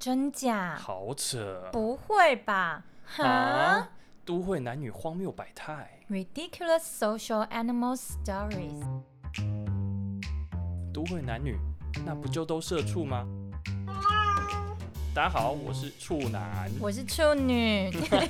真假？ 好扯！ 不会吧？哈？ 都会男女荒谬百态 Ridiculous social animal stories。 都会男女，那不就都社畜吗？大家好，我是处男， 我是处女。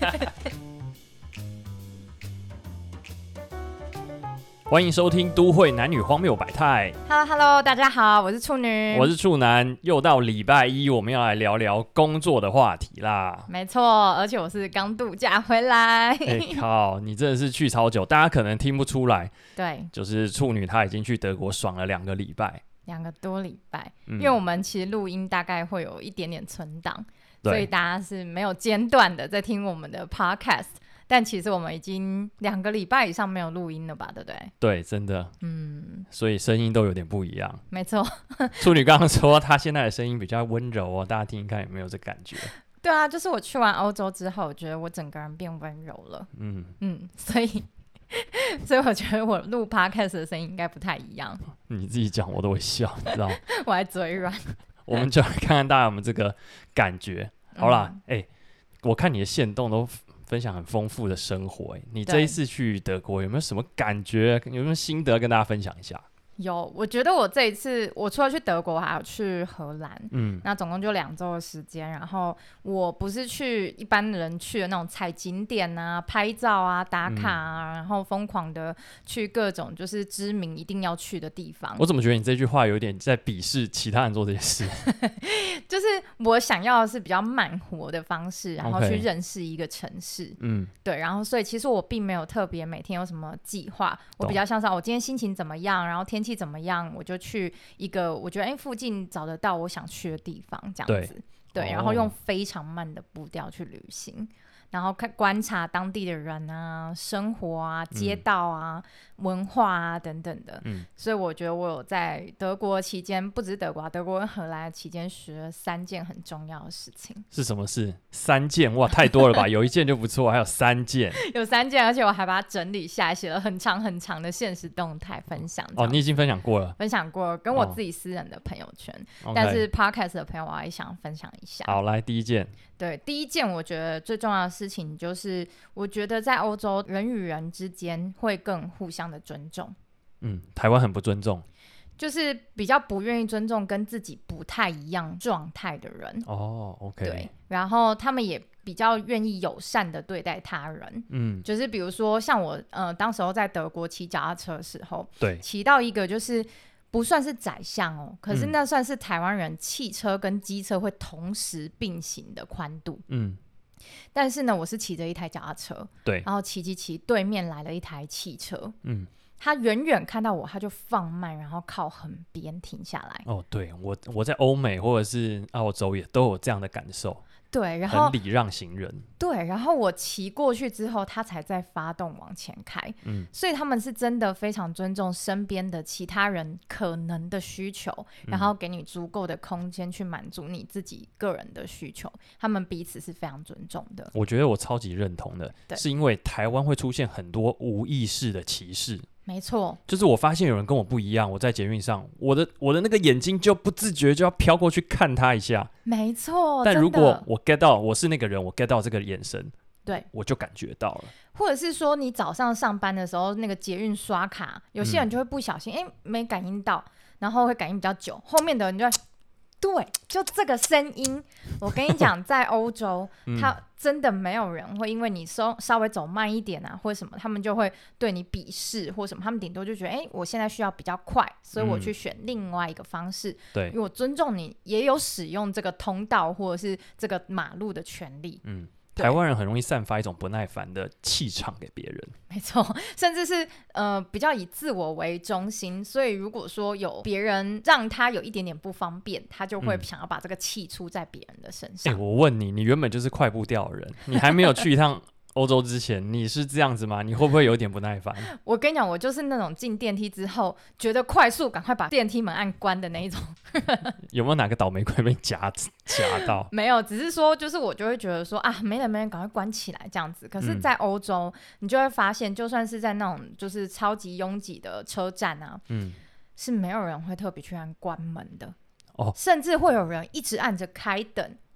欢迎收听《都会男女荒谬百态》。 Hello， 大家好，我是处女， 我是处男。又到礼拜一，我们要来聊聊工作的话题啦。 没错，而且我是刚度假回来。 靠，你真的是去超久，大家可能听不出来。 对， 就是处女她已经去德国爽了2个礼拜 ，2个多礼拜。因为我们其实录音大概会有一点点存档，所以大家是没有间断的在听我们的 podcast。但其实我们已经2个礼拜以上没有录音了吧，对不对？ 对，真的，所以声音都有点不一样。 没错， 处女刚刚说她现在的声音比较温柔哦，大家听一看有没有这感觉？ 对啊，就是我去完欧洲之后，我觉得我整个人变温柔了。所以我觉得我录 podcast 的声音应该不太一样。 你自己讲我都会笑，你知道吗？ 我还嘴软。 我们就来看看大家有没有这个感觉。好啦，我看你的限动都分享很丰富的生活，你这一次去德国有没有什么感觉？有没有心得跟大家分享一下？ 有，我觉得我这一次我除了去德国还有去荷兰，那总共就2周的时间。然后我不是去一般人去的那种踩景点啊、拍照啊、打卡啊，然后疯狂的去各种就是知名一定要去的地方。 我怎么觉得你这句话有点在鄙视其他人做这些事？ 就是我想要的是比较慢活的方式，然后去认识一个城市。对，然后所以其实我并没有特别每天有什么计划，我比较像是我今天心情怎么样，然后天气怎么样，我就去一个我觉得附近找得到我想去的地方，这样子。对，然后用非常慢的步调去旅行，然后观察当地的人啊、生活啊、街道啊、文化啊等等的。所以我觉得我有在德国期间，不只是德国，德国跟荷兰的期间学了3件很重要的事情。 是什么事？3件？哇，太多了吧？有1件就不错，还有3件。 有3件，而且我还把它整理下来，写了很长很长的限时动态分享。 哦，你已经分享过了？ 分享过，跟我自己私人的朋友圈。但是 podcast 的朋友，我还想分享一下。 好，来第一件。 对，第一件我觉得最重要的事情就是，我觉得在欧洲人与人之间会更互相的尊重。 台湾很不尊重， 就是比较不愿意尊重跟自己不太一样状态的人。 OK。 对，然后他们也比较愿意友善的对待他人。就是比如说像我当时候在德国骑脚踏车的时候， 对， 骑到一个就是不算是窄巷哦，可是那算是台湾人汽车跟机车会同时并行的宽度。但是呢，我是骑着一台脚踏车， 对， 然后骑对面来了一台汽车。他远远看到我，他就放慢，然后靠横边停下来。 对，我在欧美或者是澳洲也都有这样的感受。 对，然后很礼让行人。 对，然后我骑过去之后，他才在发动往前开。所以他们是真的非常尊重身边的其他人可能的需求，然后给你足够的空间去满足你自己个人的需求。他们彼此是非常尊重的。 我觉得我超级认同的，是因为台湾会出现很多无意识的歧视。 没错， 就是我发现有人跟我不一样，我在捷运上，我的那个眼睛就不自觉就要飘过去看他一下。 没错， 但如果我 get 到我是那个人，我 get 到这个眼神， 对， 我就感觉到了。 或者是说你早上上班的时候，那个捷运刷卡，有些人就会不小心没感应到，然后会感应比较久，后面的人就会对，就这个声音，我跟你讲，在欧洲，他真的没有人会因为你稍微走慢一点啊，或者什么，他们就会对你鄙视或什么，他们顶多就觉得，我现在需要比较快，所以我去选另外一个方式。 对， 因为我尊重你，也有使用这个通道或者是这个马路的权利。 台湾人很容易散发一种不耐烦的气场给别人， 没错，甚至是比较以自我为中心，所以如果说有别人让他有一点点不方便，他就会想要把这个气出在别人的身上。 我问你，你原本就是快步调的人，你还没有去一趟欧洲之前，你是这样子吗？你会不会有点不耐烦？ 我跟你讲，我就是那种进电梯之后觉得快速赶快把电梯门按关的那一种。 有没有哪个倒霉鬼被夹到？ 没有，只是说就是我就会觉得说没人赶快关起来这样子。可是在欧洲，你就会发现就算是在那种就是超级拥挤的车站啊，是没有人会特别去按关门的。甚至会有人一直按着开灯，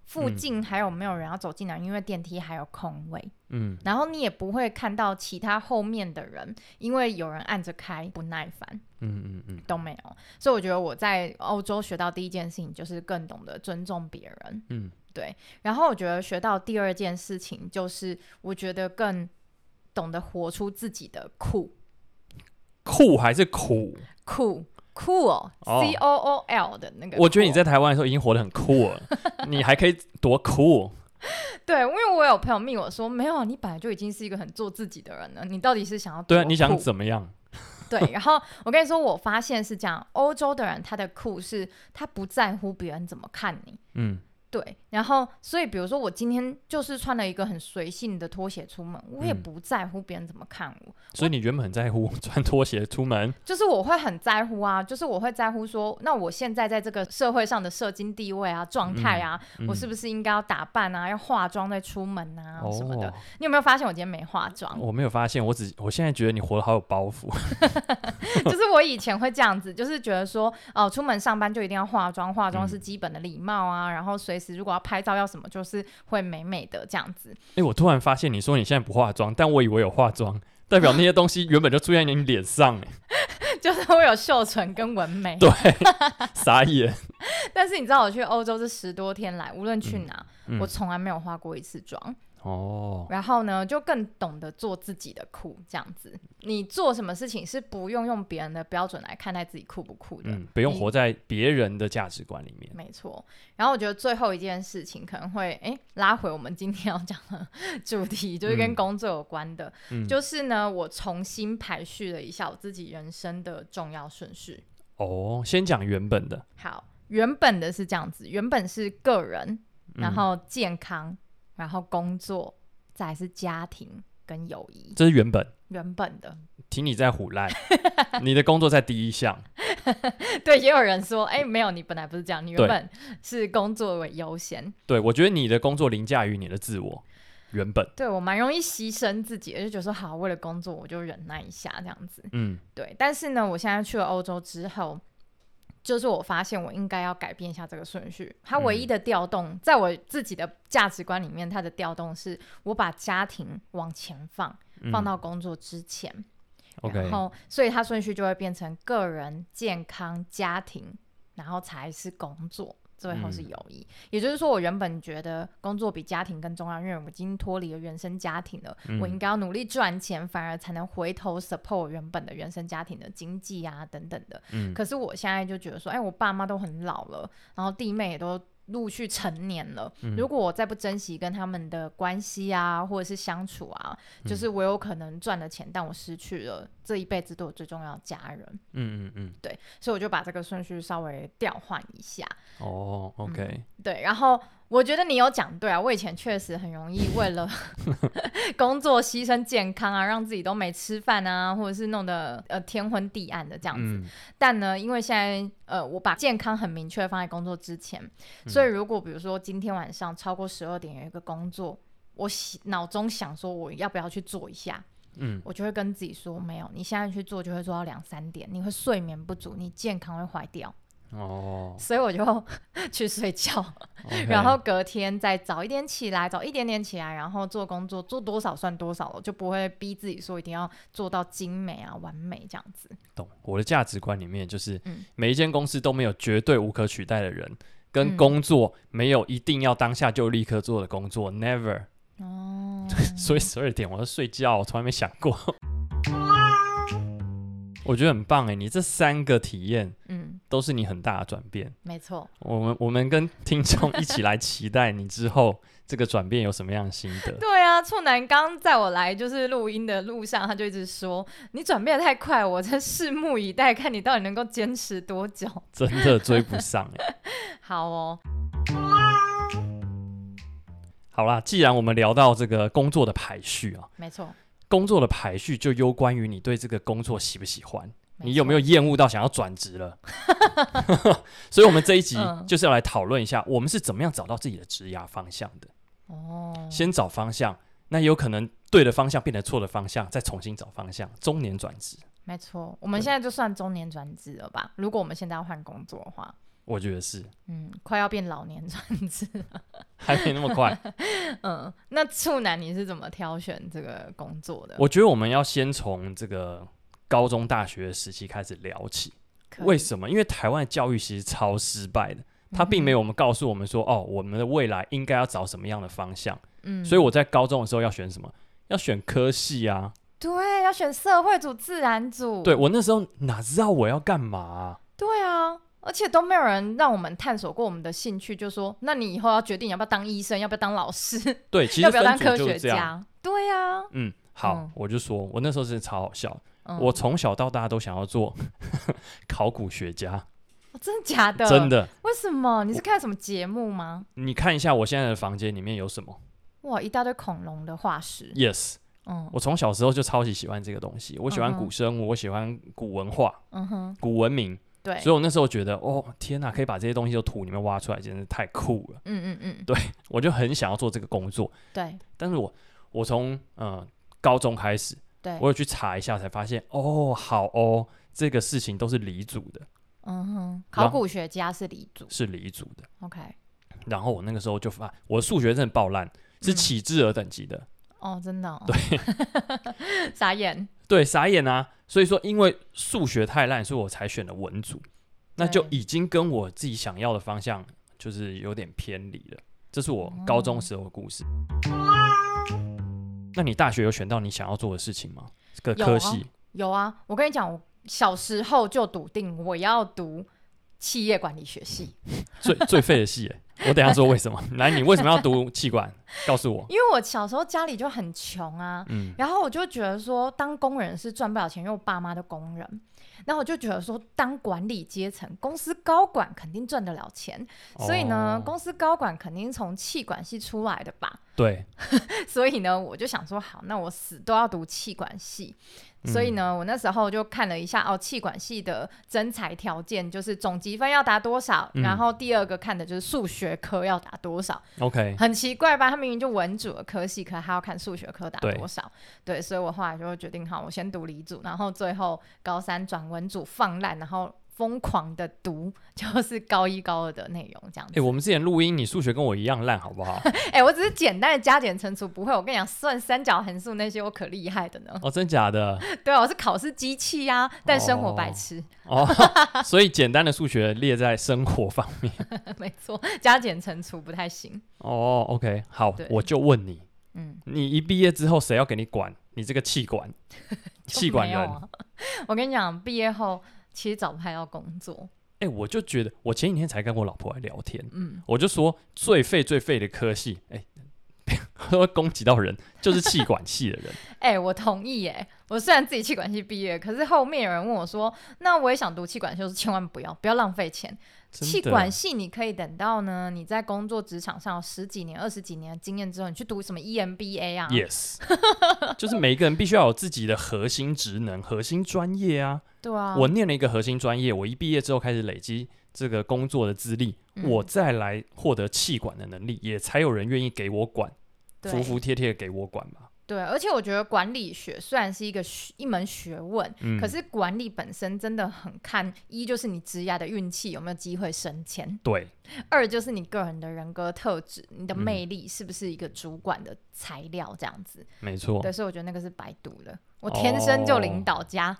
附近还有没有人要走进来，因为电梯还有空位。然后你也不会看到其他后面的人因为有人按着开不耐烦。都没有。所以我觉得我在欧洲学到第一件事情就是更懂得尊重别人。对。然后我觉得学到第二件事情就是我觉得更懂得活出自己的酷。 酷还是苦？ 酷哦，COOL 的那个。 我觉得你在台湾的时候已经活得很酷了，你还可以多酷。 对，因为我有朋友密我说，没有，你本来就已经是一个很做自己的人了，你到底是想要多酷？ 对啊，你想怎么样？ 对，然后我跟你说，我发现是这样，欧洲的人他的酷是他不在乎别人怎么看你。对，然后所以比如说我今天就是穿了一个很随性的拖鞋出门，我也不在乎别人怎么看我。 所以你原本很在乎穿拖鞋出门？ 就是我会很在乎啊，就是我会在乎说，那我现在在这个社会上的社经地位啊、状态啊，我是不是应该要打扮啊、要化妆再出门啊什么的？你有没有发现我今天没化妆？ 我没有发现，我现在觉得你活得好有包袱。 就是我以前会这样子，就是觉得说，出门上班就一定要化妆，化妆是基本的礼貌啊，然后随时如果要拍照要什么，就是会美美的这样子。 我突然发现你说你现在不化妆，但我以为有化妆，代表那些东西原本就出现在你脸上。 就是会有秀唇跟纹眉。 对，傻眼。 但是你知道我去欧洲这10多天来，无论去哪，我从来没有化过一次妆。然后呢就更懂得做自己的酷，这样子你做什么事情是不用别人的标准来看待自己酷不酷的。 不用活在别人的价值观里面。 没错。然后我觉得最后一件事情可能会拉回我们今天要讲的主题，就是跟工作有关的。就是呢我重新排序了一下我自己人生的重要顺序。 先讲原本的。 好，原本的是这样子，原本是个人，然后健康，然后工作，再来是家庭跟友谊。 这是原本的。 听你在唬烂。你的工作在第一项。 对，也有人说没有，你本来不是这样，你原本是工作为优先。 对，我觉得你的工作凌驾于你的自我。原本对，我蛮容易牺牲自己的，就觉得说好，为了工作我就忍耐一下这样子。对。但是呢我现在去了欧洲之后，就是我发现我应该要改变一下这个顺序。它唯一的调动，在我自己的价值观里面，它的调动是我把家庭往前放到工作之前。然后所以它顺序就会变成个人、健康、家庭，然后才是工作，最后是友谊。也就是说我原本觉得工作比家庭更重要，因为我已经脱离了原生家庭了，我应该要努力赚钱，反而才能回头 support 我原本的原生家庭的经济啊等等的。可是我现在就觉得说我爸妈都很老了，然后弟妹也都陆续成年了，如果我再不珍惜跟他们的关系啊或者是相处啊，就是我有可能赚了钱，但我失去了这一辈子对我最重要的家人。对，所以我就把这个顺序稍微调换一下。 OK。 对，然后我觉得你有讲对啊，我以前确实很容易为了工作牺牲健康啊，让自己都没吃饭啊，或者是弄得天昏地暗的这样子。但呢因为现在我把健康很明确放在工作之前，所以如果比如说今天晚上超过12点有一个工作，我脑中想说我要不要去做一下，我就会跟自己说没有，你现在去做就会做到2、3点，你会睡眠不足，你健康会坏掉。所以我就去睡觉然后隔天再早一点起来，早一点点起来，然后做工作，做多少算多少了，就不会逼自己说一定要做到精美啊完美这样子。 懂。我的价值观里面就是每一间公司都没有绝对无可取代的人，跟工作没有一定要当下就立刻做的工作 never。所以12点我要睡觉，我从来没想过。我觉得很棒你这3个体验都是你很大的转变。 没错。 我们跟听众一起来期待你之后这个转变有什么样的心得。 对啊，处男刚在我来就是录音的路上，他就一直说你转变得太快，我真拭目以待，看你到底能够坚持多久。 真的追不上好好啦，既然我们聊到这个工作的排序没错， 工作的排序就攸关于你对这个工作喜不喜欢，你有没有厌恶到想要转职了。所以我们这一集就是要来讨论一下我们是怎么样找到自己的职涯方向的。先找方向，那也有可能对的方向变成错的方向，再重新找方向，中年转职。 没错，我们现在就算中年转职了吧，如果我们现在要换工作的话。 我觉得是， 快要变老年专职了， 还没那么快。 那处男你是怎么挑选这个工作的？ 我觉得我们要先从这个高中、大学的时期开始聊起。为什么？因为台湾的教育其实超失败的，他并没有告诉我们说，我们的未来应该要找什么样的方向。所以我在高中的时候要选什么？要选科系啊。 对，要选社会组、自然组。 对，我那时候哪知道我要干嘛啊？ 对啊。而且都没有人让我们探索过我们的兴趣，就说那你以后要决定要不要当医生，要不要当老师， 对，其实要不要当科学家？对啊。 好，我就说我那时候真的超好笑，我从小到大都想要做考古学家。 真的假的？ 真的。 为什么？你是看什么节目吗？ 你看一下我现在的房间里面有什么？ 哇，一大堆恐龙的化石。 Yes。我从小时候就超级喜欢这个东西，我喜欢古生物，我喜欢古文化，古文明。对，所以我那时候觉得，天哪，可以把这些东西都土里面挖出来，简直太酷了。对，我就很想要做这个工作。 对， 但是我从高中开始， 对， 我有去查一下，才发现，这个事情都是理组的。 考古学家是理组， 是理组的。 OK。 然后我那个时候就我的数学真的爆烂，是启智儿等级的。 真的。 对。 傻眼。 对，傻眼啊！所以说，因为数学太烂，所以我才选了文组，那就已经跟我自己想要的方向就是有点偏离了。这是我高中时候的故事。那你大学有选到你想要做的事情吗？这个科系？ 有啊，我跟你讲，我小时候就笃定我要读企业管理学系， 最废的系耶。我等一下说为什么。来，你为什么要读企管？告诉我。 因为我小时候家里就很穷啊，然后我就觉得说当工人是赚不了钱，因为我爸妈的工人，然后我就觉得说当管理阶层，公司高管肯定赚得了钱，所以呢，公司高管肯定从企管系出来的吧。 对。 所以呢，我就想说好，那我死都要读企管系。所以呢，我那时候就看了一下企管系的甄才条件，就是总积分要达多少，然后第二个看的就是数学科要达多少。 OK。 很奇怪吧？他明明就文组的科系，可他要看数学科达多少。对，所以我后来就决定好，我先读理组，然后最后高三转文组放烂，然后疯狂的读就是高一高二的内容这样子。 我们之前录音，你数学跟我一样烂，好不好？ 我只是简单的加减乘除不会，我跟你讲，算三角函数那些我可厉害的呢。 真假的？ 对啊，我是考试机器啊，但生活白痴。 所以简单的数学列在生活方面。 没错，加减乘除不太行。 OK， 好，我就问你，你一毕业之后谁要给你管你这个企管？企管人？ 我跟你讲，毕业后其实找不太到工作。 我就觉得，我前几天才跟我老婆来聊天，我就说最废的科系，会攻击到人，就是企管系的人。 我同意我虽然自己企管系毕业，可是后面有人问我说，那我也想读企管系，我说千万不要浪费钱。企管系你可以等到呢，你在工作职场上有10几年、20几年的经验之后，你去读什么 EMBA 啊 ？Yes， 就是每一个人必须要有自己的核心职能、核心专业啊。 对啊， 我念了一个核心专业，我一毕业之后开始累积这个工作的资历，我再来获得企管的能力，也才有人愿意给我管，服服帖帖给我管嘛。 对，而且我觉得管理学虽然是一门学问，可是管理本身真的很看，一就是你职涯的运气有没有机会升迁， 对； 二就是你个人的人格特质，你的魅力是不是一个主管的材料，这样子。 没错。 对，所以我觉得那个是白读的，我天生就领导家。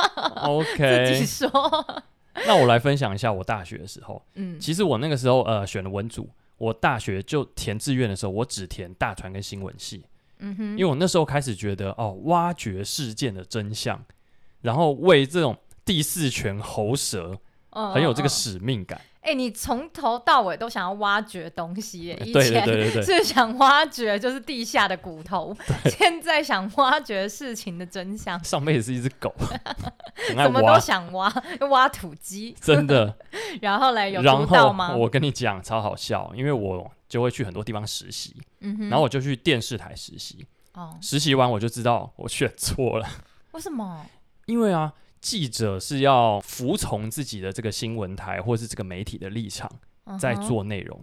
OK， 自己说。 那我来分享一下我大学的时候，其实我那个时候选了文组，我大学就填志愿的时候，我只填大传跟新闻系。因为我那时候开始觉得挖掘事件的真相，然后为这种第四权喉舌很有这个使命感。 你从头到尾都想要挖掘东西耶，以前是想挖掘就是地下的骨头，现在想挖掘事情的真相。 上辈子是一只狗，很爱挖， 什么都想挖土机， 真的。 然后嘞，有读到吗？ 然后我跟你讲超好笑，因为我就会去很多地方实习，然后我就去电视台实习。实习完我就知道我选错了。 为什么？ 因为记者是要服从自己的这个新闻台或是这个媒体的立场在做内容的，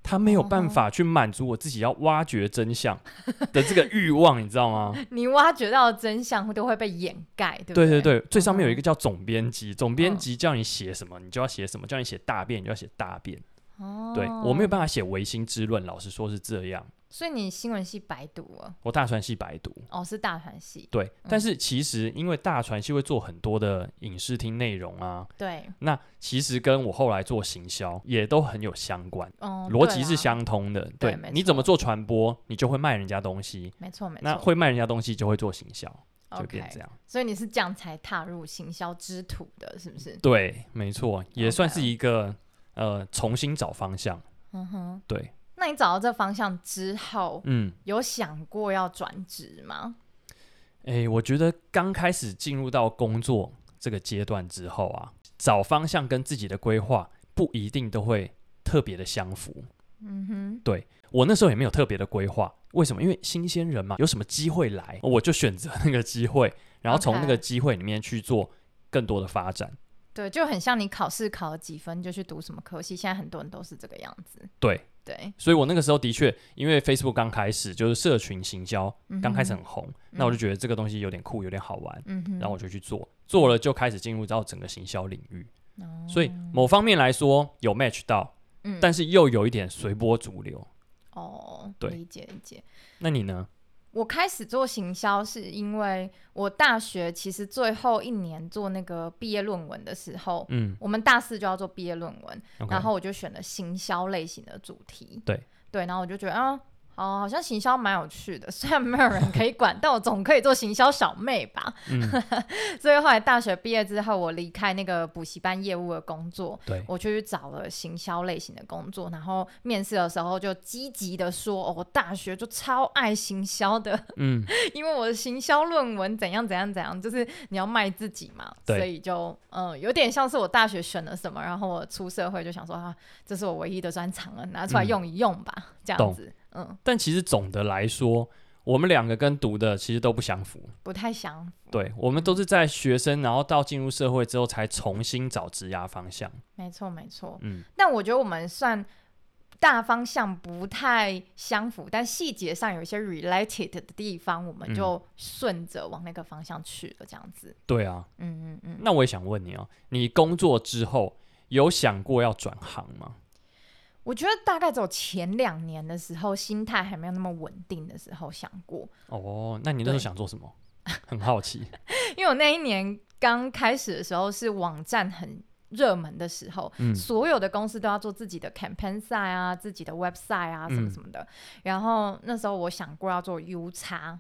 他没有办法去满足我自己要挖掘真相的这个欲望，你知道吗？ 你挖掘到的真相都会被掩盖，对不对？ 对对对，最上面有一个叫总编辑，总编辑叫你写什么，你就要写什么；叫你写大便，你就要写大便。对，我没有办法写唯心之论，老实说是这样。 所以你新闻系白读了？ 我大传系白读。 是大传系。 对，但是其实因为大传系会做很多的影视厅内容啊， 对， 那其实跟我后来做行销也都很有相关，逻辑是相通的。对，你怎么做传播，你就会卖人家东西， 没错没错。 那会卖人家东西就会做行销，就变这样。 所以你是这样才踏入行销之途的，是不是？ 对，没错，也算是一个重新找方向。对。 那你找到这方向之后，有想过要转职吗？ 我觉得刚开始进入到工作这个阶段之后啊，找方向跟自己的规划不一定都会特别的相符。对，我那时候也没有特别的规划，为什么？因为新鲜人嘛，有什么机会来，我就选择那个机会，然后从那个机会里面去做更多的发展。 对，就很像你考试考了几分就去读什么科系，现在很多人都是这个样子。 对，所以我那个时候的确，因为 Facebook 刚开始就是社群行销刚开始很红，那我就觉得这个东西有点酷，有点好玩，然后我就去做了就开始进入到整个行销领域。所以某方面来说有 match 到，但是又有一点随波逐流。对， 理解。 那你呢？ 我开始做行销是因为我大学其实最后一年做那个毕业论文的时候，我们大4就要做毕业论文，然后我就选了行销类型的主题。对，然后我就觉得好像行销蛮有趣的，虽然没有人可以管，但我总可以做行销小妹吧。所以后来大学毕业之后，我离开那个补习班业务的工作，我就去找了行销类型的工作，然后面试的时候就积极的说，我大学就超爱行销的，因为我的行销论文怎样，就是你要卖自己嘛，所以就有点像是我大学选了什么，然后我出社会就想说这是我唯一的专长了，拿出来用一用吧，这样子。 但其实总的来说，我们两个跟读的其实都不相符， 不太相符。 对，我们都是在学生，然后到进入社会之后才重新找职涯方向。 没错。但我觉得我们算大方向不太相符，但细节上有一些 related 的地方，我们就顺着往那个方向去了，这样子。 对啊，那我也想问你你工作之后有想过要转行吗？ 我觉得大概只有前2年的时候，心态还没有那么稳定的时候想过。 那你那时候想做什么？很好奇。 因为我那一年刚开始的时候是网站很热门的时候，所有的公司都要做自己的 campaign 赛啊，自己的 website 啊，什么什么的。然后那时候我想过要做 UX。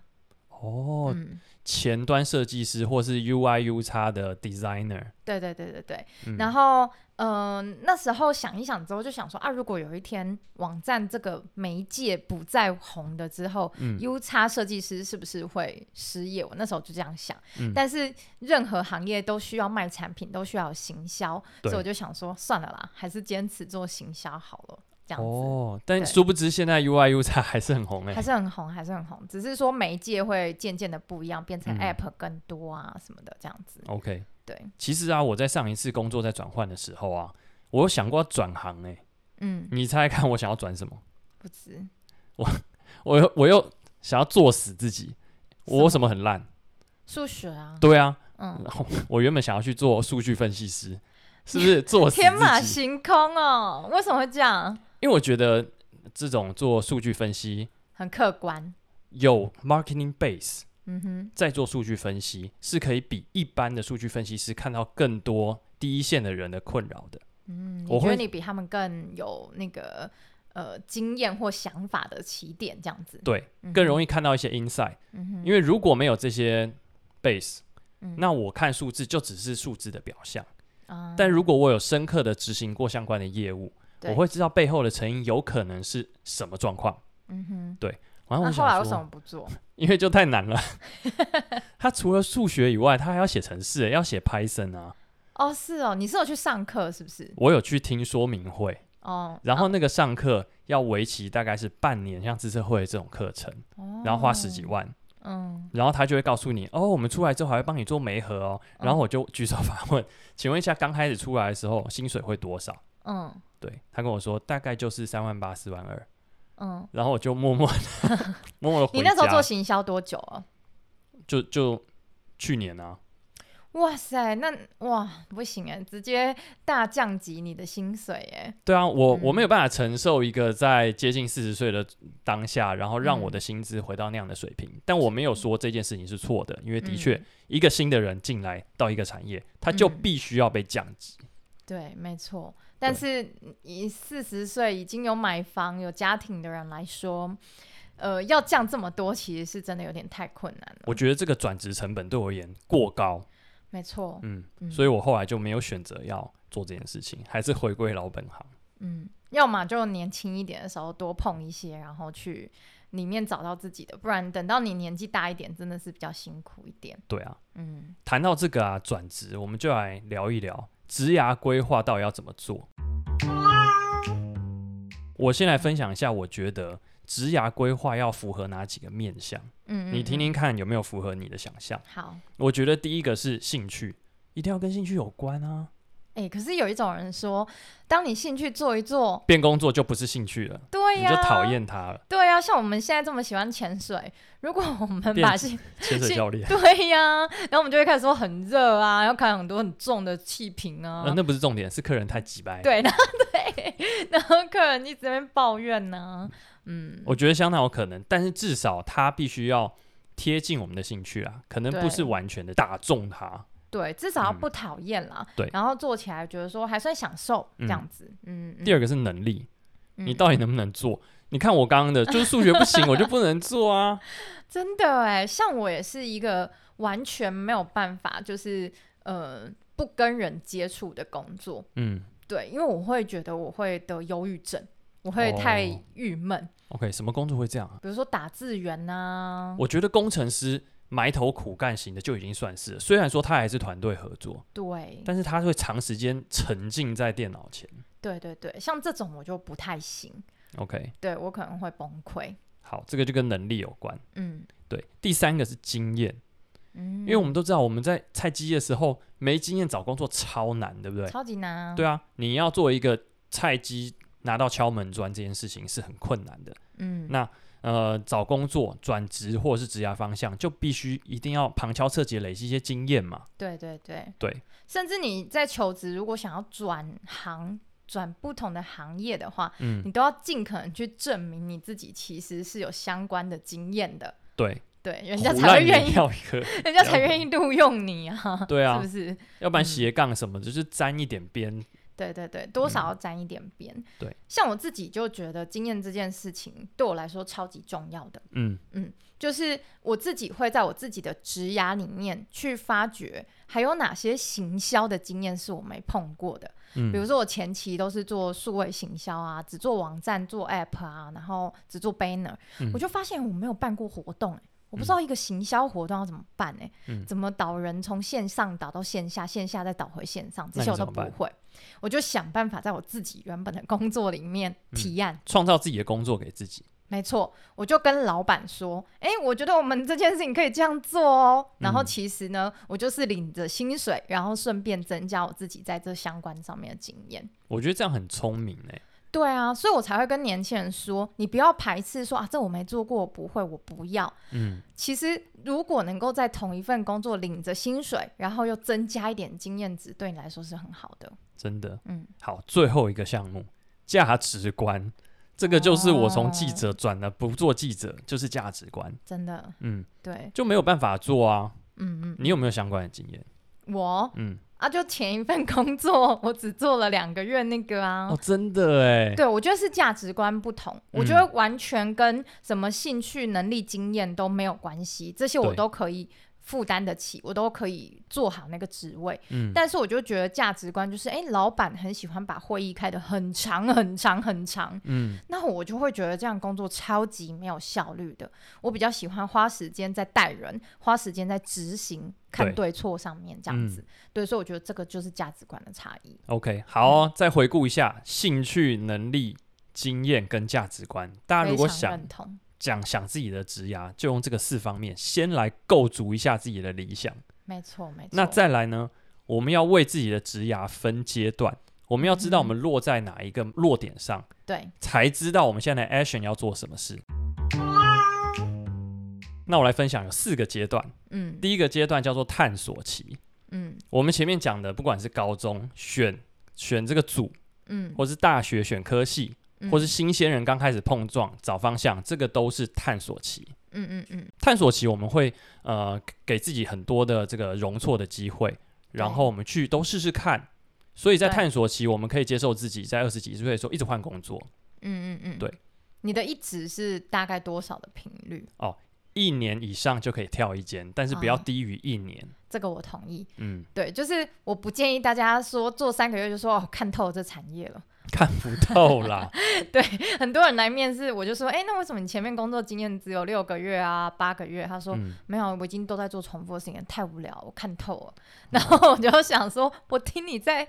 前端设计师或是 UI/UX 的 designer。 对。然后那时候想一想之后就想说如果有一天网站这个媒介不再红了之后，UX 设计师是不是会失业？我那时候就这样想。但是任何行业都需要卖产品，都需要有行销，所以我就想说算了啦，还是坚持做行销好了。这样子但殊不知现在 UI/UX 还是很红还是很红，只是说媒介会渐渐的不一样，变成 App 更多啊什么的这样子。 OK， 对。其实我在上一次工作在转换的时候我有想过要转行你猜看我想要转什么？ 不知。 我又想要作死自己，我有什么很烂？ 数学啊。 对啊。我原本想要去做数据分析师，是不是作死自己？ 天马行空哦！为什么会这样？ 因为我觉得这种做数据分析很客观，有 marketing base，在做数据分析是可以比一般的数据分析师看到更多第一线的人的困扰的。 我觉得你比他们更有那个经验或想法的起点，这样子。对，更容易看到一些 insight。因为如果没有这些 base，那我看数字就只是数字的表象。但如果我有深刻的执行过相关的业务，我会知道背后的成因有可能是什么状况。对。然后我想说，后来为什么不做？因为就太难了。他除了数学以外，他还要写程式，要写 Python 啊。是哦，你是有去上课是不是？我有去听说明会。然后那个上课要为期大概是半年，像自测会这种课程，然后花10几万。然后他就会告诉你，我们出来之后还会帮你做媒合哦。然后我就举手发问，请问一下，刚开始出来的时候薪水会多少？ 对，他跟我说大概就是38000、42000，然后我就默默的回家。 你那时候做行销多久啊？ 就去年啊。 哇塞，那哇不行哎，直接大降级你的薪水哎。 对啊，我没有办法承受一个在接近40岁的当下，然后让我的薪资回到那样的水平。但我没有说这件事情是错的，因为的确一个新的人进来到一个产业，他就必须要被降级。 对，没错。但是以40岁已经有买房有家庭的人来说，要降这么多，其实是真的有点太困难了。 我觉得这个转职成本对我而言过高。 没错， 所以我后来就没有选择要做这件事情，还是回归老本行。 要么就年轻一点的时候多碰一些，然后去里面找到自己的，不然等到你年纪大一点，真的是比较辛苦一点。 对啊，谈到这个转职，我们就来聊一聊职涯规划到底要怎么做。我先来分享一下，我觉得职涯规划要符合哪几个面向？你听听看有没有符合你的想象？ 好， 我觉得第一个是兴趣，一定要跟兴趣有关啊。 可是有一种人说，当你兴趣做一做， 变工作就不是兴趣了， 对呀， 你就讨厌它了。 对呀，像我们现在这么喜欢潜水，如果我们把潜水教练， 对呀，然后我们就会开始说很热啊，要扛很多很重的气瓶啊。 那不是重点，是客人太急掰。 对，然后客人一直在那边抱怨呢。 我觉得相当有可能，但是至少他必须要贴近我们的兴趣啊，可能不是完全的打中他。 对，至少要不讨厌啦。对，然后做起来觉得说还算享受这样子。 第二个是能力，你到底能不能做？你看我刚刚的，就是数学不行，我就不能做啊。 真的哎，像我也是一个完全没有办法，就是不跟人接触的工作。对，因为我会觉得我会得忧郁症，我会太郁闷。 OK， 什么工作会这样啊？ 比如说打字员啊。 我觉得工程师埋头苦干型的就已经算是了，虽然说他还是团队合作， 对， 但是他会长时间沉浸在电脑前。 对对对，像这种我就不太行。 OK， 对，我可能会崩溃。 好，这个就跟能力有关。对。第三个是经验，因为我们都知道我们在菜鸡的时候没经验找工作超难，对不对？ 超级难啊。 对啊，你要做一个菜鸡拿到敲门砖这件事情是很困难的。那找工作转职或者是职涯方向，就必须一定要旁敲侧击累积一些经验嘛。 对对对对， 甚至你在求职，如果想要转不同的行业的话，你都要尽可能去证明你自己其实是有相关的经验的。 对对，人家才会愿意，人家才愿意录用你啊。 对啊， 是不是？ 要不然斜杠什么的，就是沾一点边。 对对对，多少要沾一点边。 对， 像我自己就觉得经验这件事情对我来说超级重要的。就是我自己会在我自己的职涯里面去发掘还有哪些行销的经验是我没碰过的。比如说我前期都是做数位行销啊，只做网站做 app 啊，然后只做 banner，我就发现我没有办过活动。我不知道一个行销活动要怎么办怎么导人从线上导到线下，线下再导回线上，这些我都不会。我就想办法在我自己原本的工作里面提案， 创造自己的工作给自己。 没错，我就跟老板说，我觉得我们这件事情可以这样做哦。然后其实呢，我就是领着薪水，然后顺便增加我自己在这相关上面的经验。 我觉得这样很聪明对啊，所以我才会跟年轻人说，你不要排斥说这我没做过，我不会，我不要。其实如果能够在同一份工作领着薪水，然后又增加一点经验值，对你来说是很好的。 真的。好，最后一个项目，价值观，这个就是我从记者转了不做记者，就是价值观。 真的。对， 就没有办法做啊。你有没有相关的经验？ 我就前一份工作我只做了2个月那个啊。 真的对，我觉得是价值观不同。我觉得完全跟什么兴趣能力经验都没有关系，这些我都可以负担得起，我都可以做好那个职位。但是我就觉得价值观就是老板很喜欢把会议开得很长很长很长。那我就会觉得这样工作超级没有效率的。我比较喜欢花时间在带人，花时间在执行看对错上面这样子。对，所以我觉得这个就是价值观的差异。 OK， 好再回顾一下兴趣能力经验跟价值观，大家如果想自己的职涯，就用这个4方面先来构筑一下自己的理想。 没错没错。 那再来呢，我们要为自己的职涯分阶段， 我们要知道我们落在哪一个落点上， 对， 才知道我们现在的 action 要做什么事。那我来分享有4个阶段。第一个阶段叫做探索期。我们前面讲的，不管是高中选这个组，或是大学选科系，或是新鲜人刚开始碰撞找方向，这个都是探索期。探索期我们会给自己很多的这个容错的机会，然后我们去都试试看。所以在探索期，我们可以接受自己在20几岁的时候一直换工作。对。 你的一直是大概多少的频率 ？1年以上就可以跳一间，但是不要低于1年。 这个我同意。对，就是我不建议大家说做3个月就说看透这产业了， 看不透啦。 对，很多人来面试，我就说，那为什么你前面工作经验只有6个月啊、8个月？他说没有，我已经都在做重复的事情，太无聊，我看透了。然后我就想说，我听你在，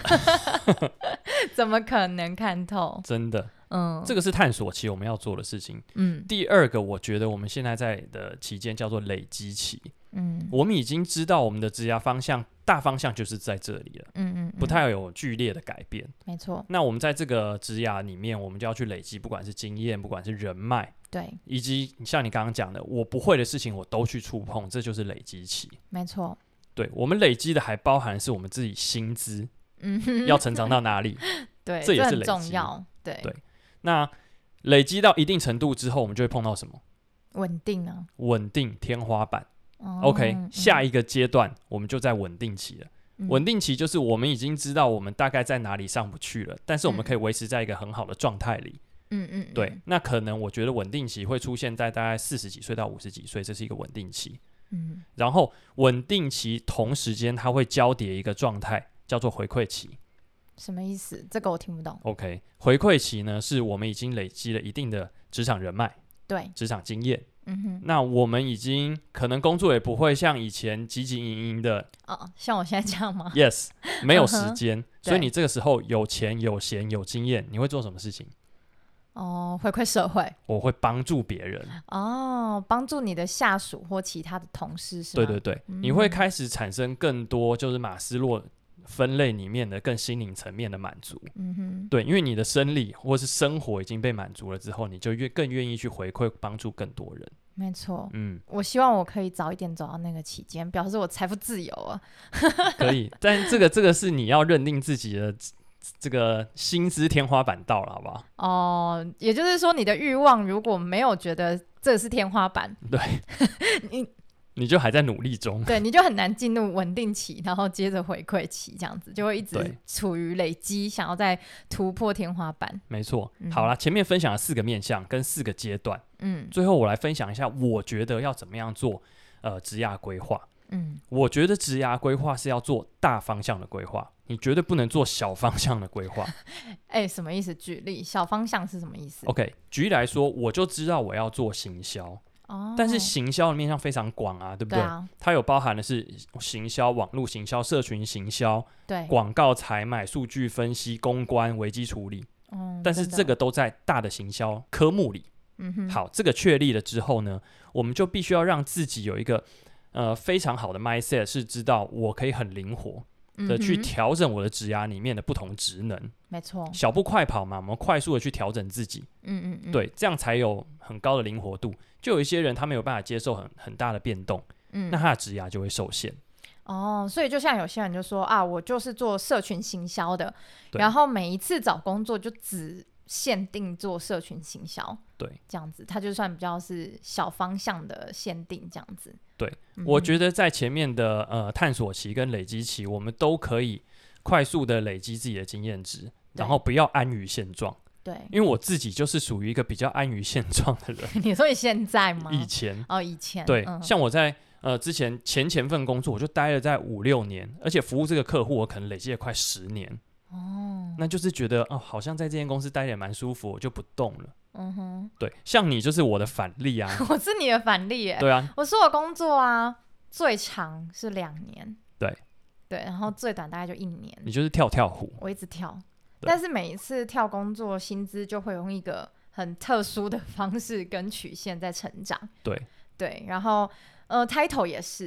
怎么可能看透？ 真的。这个是探索期我们要做的事情。第2个，我觉得我们现在在的期间叫做累积期。我们已经知道我们的职涯方向大方向就是在这里了。不太有剧烈的改变。 没错。 那我们在这个职涯里面，我们就要去累积，不管是经验，不管是人脉， 对， 以及像你刚刚讲的，我不会的事情我都去触碰，这就是累积期。 没错。 对，我们累积的还包含是我们自己薪资，要成长到哪里？ 对， 这也是累积。 这很重要。对。 那累积到一定程度之后，我们就会碰到什么？ 稳定啊。 稳定天花板。OK， 下一个阶段我们就在稳定期了。稳定期就是我们已经知道我们大概在哪里上不去了，但是我们可以维持在一个很好的状态里。对，那可能我觉得稳定期会出现在大概40几岁到50几岁，这是一个稳定期。然后稳定期同时间它会交叠一个状态，叫做回馈期。 什么意思？这个我听不懂。 OK， 回馈期呢，是我们已经累积了一定的职场人脉， 对， 职场经验。那我们已经可能工作也不会像以前汲汲营营的像我现在这样吗？ Yes， 没有时间。所以你这个时候有钱有闲有经验，你会做什么事情？ 回馈社会。 我会帮助别人。 帮助你的下属或其他的同事是吗？ 对，你会开始产生更多就是马斯洛分类里面的更心灵层面的满足。对，因为你的生理或是生活已经被满足了之后，你就更愿意去回馈帮助更多人。 没错。我希望我可以早一点走到那个期间，表示我财富自由啊。 可以，但这个是你要认定自己的这个薪资天花板到了，好不好？ 也就是说你的欲望如果没有觉得这是天花板， 对，你就还在努力中。 对，你就很难进入稳定期，然后接着回馈期，这样子就会一直处于累积，想要再突破天花板。 没错。好啦，前面分享了4个面向跟4个阶段。最后我来分享一下，我觉得要怎么样做职涯规划。我觉得职涯规划是要做大方向的规划，你绝对不能做小方向的规划。 什么意思？举例，小方向是什么意思？ OK， 举例来说，我就知道我要做行销。但是行销的面向非常广啊，对不对？它有包含的是行销、网络行销、社群行销、广告采买、数据分析、公关、危机处理。但是这个都在大的行销科目里。好，这个确立了之后呢，我们就必须要让自己有一个非常好的 mindset， 是知道我可以很灵活的去调整我的职涯里面的不同职能。 没错， 小步快跑嘛，我们快速的去调整自己。对，这样才有很高的灵活度。就有一些人他没有办法接受很大的变动，那他的职涯就会受限。 所以就像有些人就说我就是做社群行销的，然后每一次找工作就只限定做社群行销。对，这样子他就算比较是小方向的限定这样子。 对，我觉得在前面的探索期跟累积期，我们都可以快速的累积自己的经验值，然后不要安于现状。对，因为我自己就是属于一个比较安于现状的人。 你说你现在吗？ 以前以前对，像我在之前前份工作，我就待了在5-6年，而且服务这个客户，我可能累积了快10年。那就是觉得好像在这间公司待也蛮舒服，我就不动了。对，像你就是我的反例啊。 我是你的反例耶。对啊，我说我工作最长是2年。对，然后最短大概就1年。 你就是跳虎， 我一直跳。但是每一次跳工作，薪资就会用一个很特殊的方式跟曲线在成长。对，然后title 也是，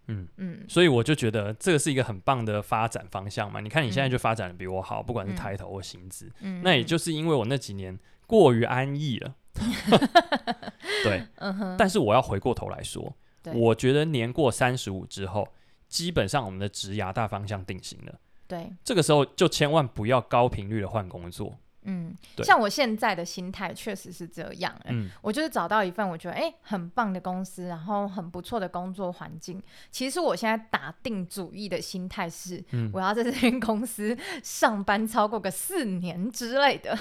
所以我就觉得这个是一个很棒的发展方向嘛。你看你现在就发展的比我好，不管是title或薪资，那也就是因为我那几年过于安逸了。对，但是我要回过头来说，我觉得年过35之后，基本上我们的职涯大方向定型了。 对， 这个时候就千万不要高频率的换工作。 像我现在的心态确实是这样，我就是找到一份我觉得很棒的公司，然后很不错的工作环境。其实我现在打定主意的心态是，我要在这间公司上班超过个4年之类的。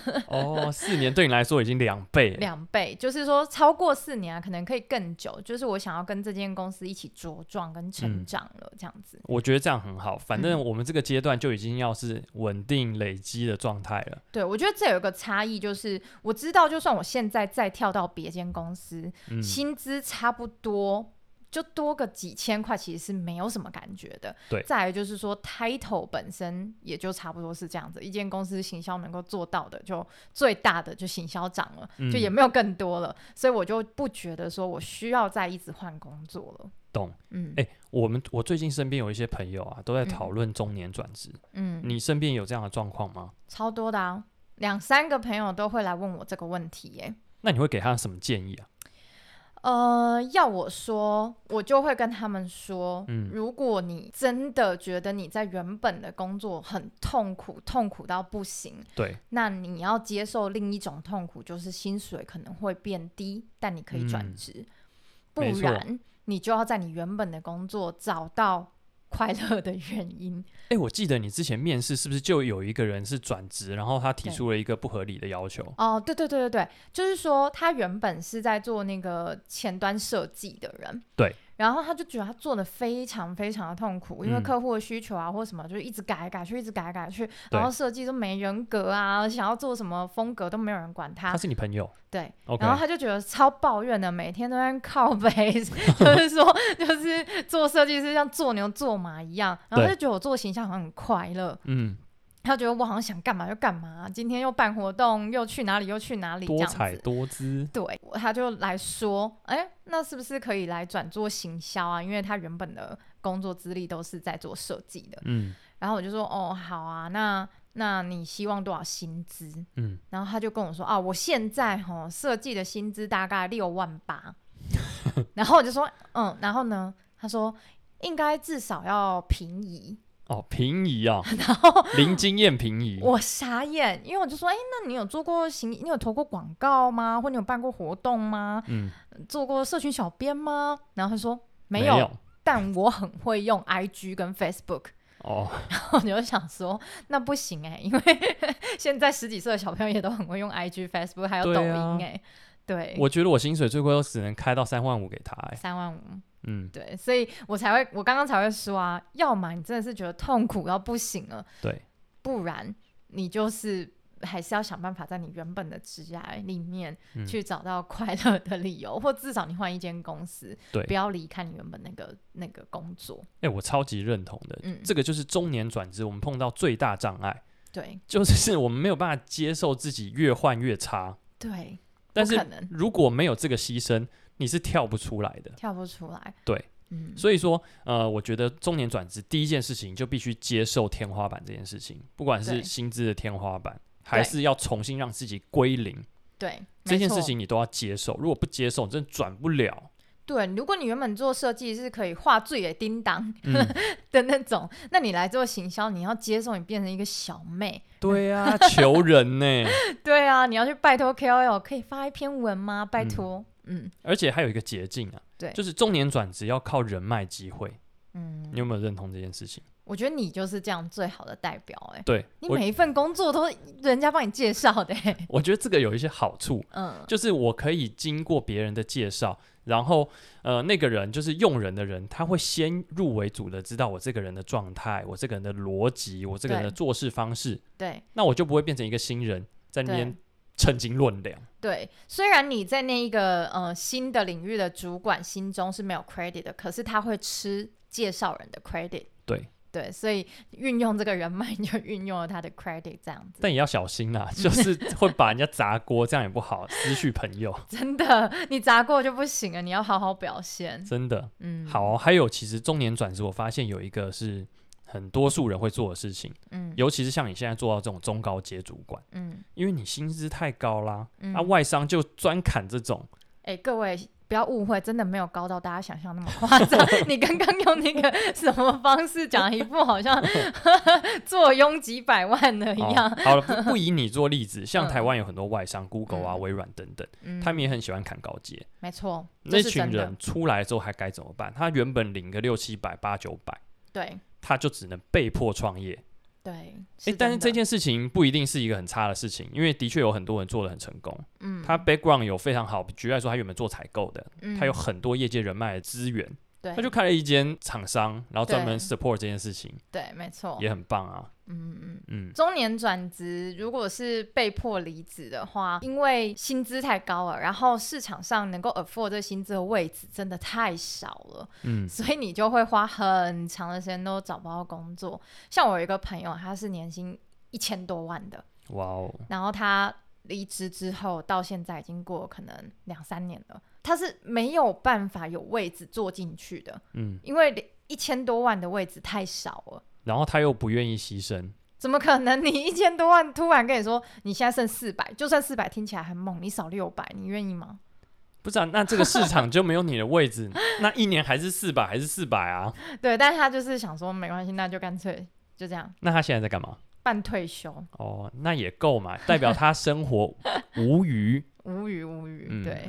4年对你来说已经2倍 ，2倍，就是说超过4年可能可以更久。就是我想要跟这间公司一起茁壮跟成长了，这样子。 我觉得这样很好，反正我们这个阶段就已经要是稳定累积的状态了。 对，我觉得这有一个差异，就是我知道就算我现在再跳到别间公司，薪资差不多就多个几千块，其实是没有什么感觉的。 对， 再来就是说 title 本身也就差不多是这样子，一间公司行销能够做到的就最大的就行销长了，就也没有更多了，所以我就不觉得说我需要再一直换工作了。 懂。我最近身边有一些朋友啊，都在讨论中年转职。你身边有这样的状况吗？ 超多的啊，2-3个朋友都会来问我这个问题耶。 那你会给他什么建议啊？ 要我说，我就会跟他们说，如果你真的觉得你在原本的工作很痛苦，痛苦到不行， 对， 那你要接受另一种痛苦，就是薪水可能会变低，但你可以转职，不然你就要在你原本的工作找到快乐的原因。 我记得你之前面试是不是就有一个人是转职，然后他提出了一个不合理的要求？ 对，就是说他原本是在做那个前端设计的人， 对， 然后他就觉得他做的非常非常的痛苦，因为客户的需求啊或什么就一直改来改去，一直改来改去，然后设计都没人格啊，想要做什么风格都没有人管他。 他是你朋友？ 对， okay. 然后他就觉得超抱怨的，每天都在靠北就是说就是做设计师像做牛做马一样，然后他就觉得我做形象很快乐，他觉得我好像想干嘛就干嘛，今天又办活动又去哪里又去哪里， 多彩多姿。 对，他就来说那是不是可以来转做行销啊，因为他原本的工作资历都是在做设计的。然后我就说好啊，那你希望多少薪资？然后他就跟我说我现在设计的薪资大概6万8。然后我就说然后呢，他说应该至少要平移。 平移啊， 然后零经验平移， 我傻眼，因为我就说那你有做过你有投过广告吗？或你有办过活动吗？做过社群小编吗？然后他说没有，但我很会用 IG 跟 Facebook。然后我就想说那不行因为现在10几岁的小朋友也都很会用 IG Facebook 还有抖音对， 我觉得我薪水最贵都只能开到3万5给他 3万5。对，所以我刚刚才会说要么你真的是觉得痛苦到不行了， 对， 不然你就是还是要想办法在你原本的职涯里面去找到快乐的理由，或至少你换一间公司， 对， 不要离开你原本那个工作。 我超级认同的，这个就是中年转职我们碰到最大障碍， 对， 就是我们没有办法接受自己越换越差， 对， 但是如果没有这个牺牲，你是跳不出来的，对，所以说我觉得中年转职第一件事情就必须接受天花板这件事情，不管是薪资的天花板，还是要重新让自己归零， 对， 这件事情你都要接受，如果不接受你真的转不了。 对，如果你原本做设计是可以画最的叮当的那种，那你来做行销，你要接受你变成一个小妹。 对啊，求人呢。 对啊，你要去拜托 KOL 可以发一篇文吗？拜托。 而且还有一个捷径啊， 对， 就是中年转职要靠人脉机会。你有没有认同这件事情？ 我觉得你就是这样最好的代表对， 你每一份工作都是人家帮你介绍的我觉得这个有一些好处，就是我可以经过别人的介绍，然后那个人就是用人的人，他会先入为主的知道我这个人的状态，我这个人的逻辑，我这个人的做事方式， 对， 那我就不会变成一个新人在那边称斤论两。 对，虽然你在那一个新的领域的主管心中是没有 credit 的，可是他会吃介绍人的 credit。 对，所以运用这个人脉就运用了他的 credit 这样子。 但也要小心啦，就是会把人家砸锅，这样也不好，失去朋友。 真的，你砸锅就不行了，你要好好表现。 真的，好，还有其实中年转职，我发现有一个是很多数人会做的事情，尤其是像你现在做到这种中高阶主管，因为你薪资太高啦，外商就专砍这种。 各位不要误会，真的没有高到大家想象那么夸张。你刚刚用那个什么方式讲一副好像坐拥几百万的一样。 好了，不以你做例子，像台湾有很多外商，Google 啊、微软等等，他们也很喜欢砍高阶。 没错， 那群人出来之后还该怎么办？他原本领个600-700、800-900，对，他就只能被迫创业。 对， 但是这件事情不一定是一个很差的事情，因为的确有很多人做得很成功。他 background 有非常好，举例来说，他原本做采购的，他有很多业界人脉的资源，他就开了一间厂商，然后专门 support 这件事情。 对，没错， 也很棒啊。 中年转职如果是被迫离职的话，因为薪资太高了，然后市场上能够 afford 这薪资的位置真的太少了，所以你就会花很长的时间都找不到工作。像我有一个朋友，他是年薪1000多万的，哇哦！然后他离职之后到现在已经过了可能2-3年了，他是没有办法有位置坐进去的，因为1000多万的位置太少了。 然后他又不愿意牺牲， 怎么可能？你1000多万突然跟你说你现在剩400，就算400听起来很猛，你少600，你愿意吗？ 不是啊，那这个市场就没有你的位置，那一年还是400，还是400啊？ 对，但是他就是想说没关系，那就干脆就这样。 那他现在在干嘛？ 半退休。 哦，那也够嘛，代表他生活无余。 无余，对，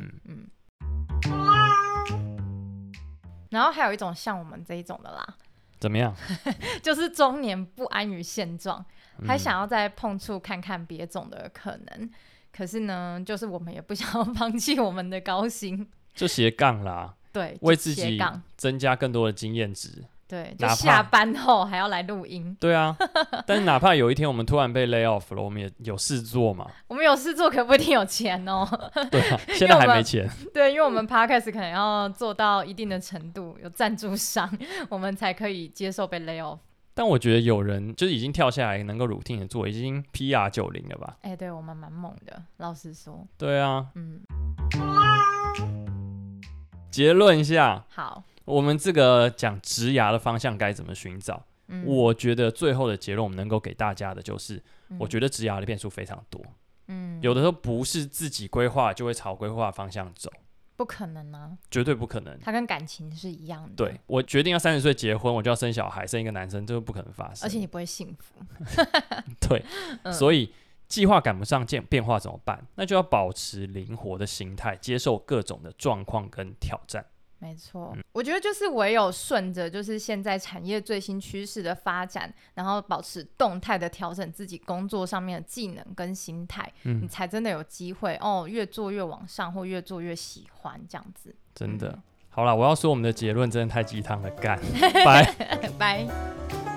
然后还有一种像我们这一种的啦。 怎么样？ 就是中年不安于现状，还想要再碰触看看别种的可能。可是呢，就是我们也不想要放弃我们的高薪， 就斜杠啦。 对， 为自己增加更多的经验值。 对，就下班后还要来录音。 对啊，但是哪怕有一天我们突然被 lay off 了，我们也有事做嘛。 我们有事做，可不一定有钱哦。 对啊，现在还没钱。 对，因为我们 podcast 可能要做到一定的程度，有赞助商，我们才可以接受被 lay off。 但我觉得有人就是已经跳下来，能够 routine 的做，已经 PR90了吧？ 对，我们蛮猛的，老实说。 对啊，结论一下， 好。 我们这个讲职涯的方向该怎么寻找？我觉得最后的结论我们能够给大家的就是，我觉得职涯的变数非常多。有的时候不是自己规划就会朝规划方向走， 不可能啊， 绝对不可能。 它跟感情是一样的。 对，我决定要30岁结婚，我就要生小孩，生一个男生，这个不可能发生。 而且你不会幸福。 对，所以计划赶不上变化怎么办？那就要保持灵活的心态，接受各种的状况跟挑战。 没错，我觉得就是唯有顺着就是现在产业最新趋势的发展，然后保持动态的调整自己工作上面的技能跟心态，你才真的有机会越做越往上，或越做越喜欢这样子。 真的，好啦，我要说我们的结论真的太鸡汤了，干，拜拜。